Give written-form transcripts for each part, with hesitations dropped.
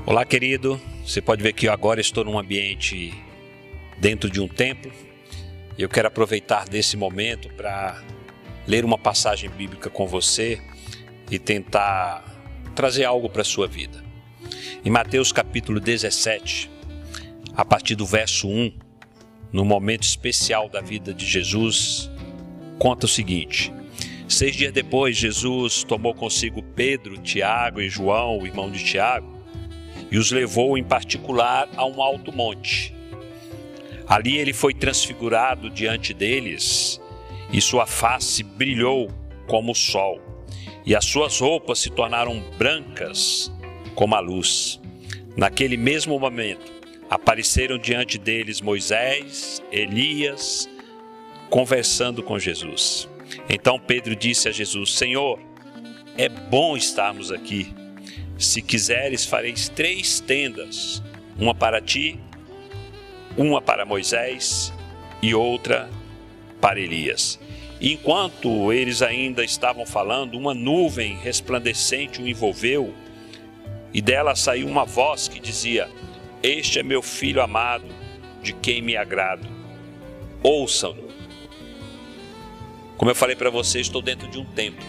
Olá, querido. Você pode ver que eu agora estou num ambiente dentro de um templo. Eu quero aproveitar desse momento para ler uma passagem bíblica com você e tentar trazer algo para a sua vida. Em Mateus capítulo 17, a partir do verso 1, no momento especial da vida de Jesus, conta o seguinte: 6 dias depois, Jesus tomou consigo Pedro, Tiago e João, o irmão de Tiago, e os levou em particular a um alto monte. Ali ele foi transfigurado diante deles, e sua face brilhou como o sol, e as suas roupas se tornaram brancas como a luz. Naquele mesmo momento, apareceram diante deles Moisés, Elias, conversando com Jesus. Então Pedro disse a Jesus: Senhor, é bom estarmos aqui. Se quiseres, fareis 3 tendas, uma para ti, uma para Moisés e outra para Elias. E enquanto eles ainda estavam falando, uma nuvem resplandecente o envolveu, e dela saiu uma voz que dizia: Este é meu filho amado, de quem me agrado. Ouçam-no. Como eu falei para vocês, estou dentro de um templo.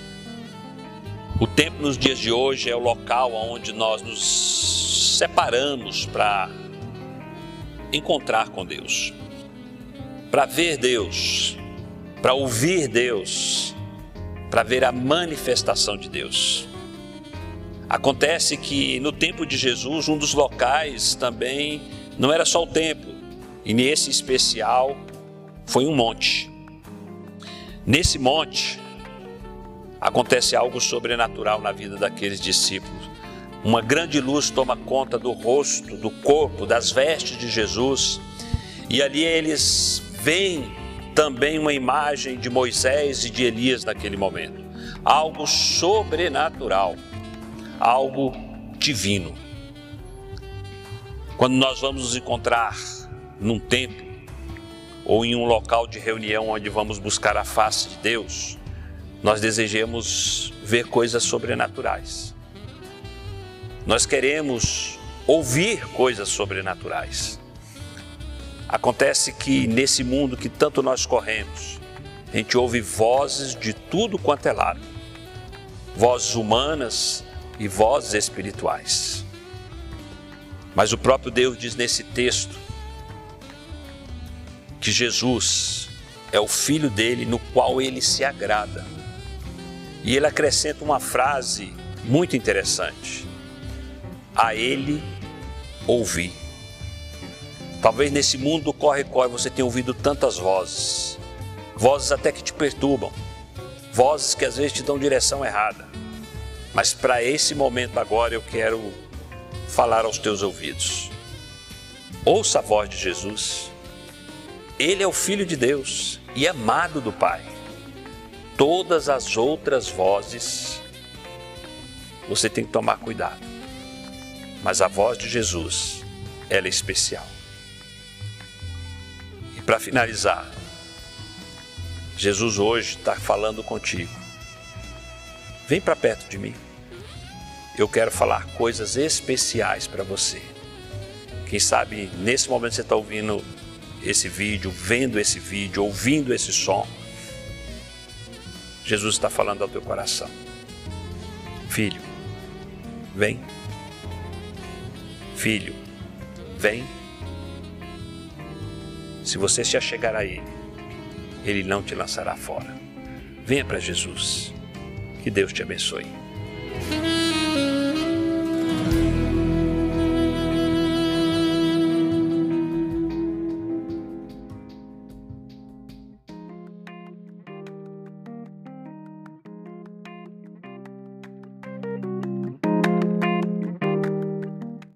O templo nos dias de hoje é o local onde nós nos separamos para encontrar com Deus, para ver Deus, para ouvir Deus, para ver a manifestação de Deus. Acontece que no tempo de Jesus, um dos locais também não era só o templo, e nesse especial foi um monte. Nesse monte acontece algo sobrenatural na vida daqueles discípulos. Uma grande luz toma conta do rosto, do corpo, das vestes de Jesus. E ali eles veem também uma imagem de Moisés e de Elias naquele momento. Algo sobrenatural, algo divino. Quando nós vamos nos encontrar num templo ou em um local de reunião onde vamos buscar a face de Deus, nós desejamos ver coisas sobrenaturais. Nós queremos ouvir coisas sobrenaturais. Acontece que nesse mundo que tanto nós corremos, a gente ouve vozes de tudo quanto é lado. Vozes humanas e vozes espirituais. Mas o próprio Deus diz nesse texto que Jesus é o Filho dele, no qual ele se agrada. E ele acrescenta uma frase muito interessante: a ele ouvi. Talvez nesse mundo do corre-corre você tenha ouvido tantas vozes, vozes até que te perturbam, vozes que às vezes te dão direção errada. Mas para esse momento agora eu quero falar aos teus ouvidos. Ouça a voz de Jesus. Ele é o Filho de Deus e amado do Pai. Todas as outras vozes, você tem que tomar cuidado. Mas a voz de Jesus, ela é especial. E para finalizar, Jesus hoje está falando contigo. Vem para perto de mim. Eu quero falar coisas especiais para você. Quem sabe nesse momento você está ouvindo esse vídeo, vendo esse vídeo, ouvindo esse som. Jesus está falando ao teu coração. Filho, vem. Filho, vem. Se você se achegar a Ele, Ele não te lançará fora. Venha para Jesus. Que Deus te abençoe.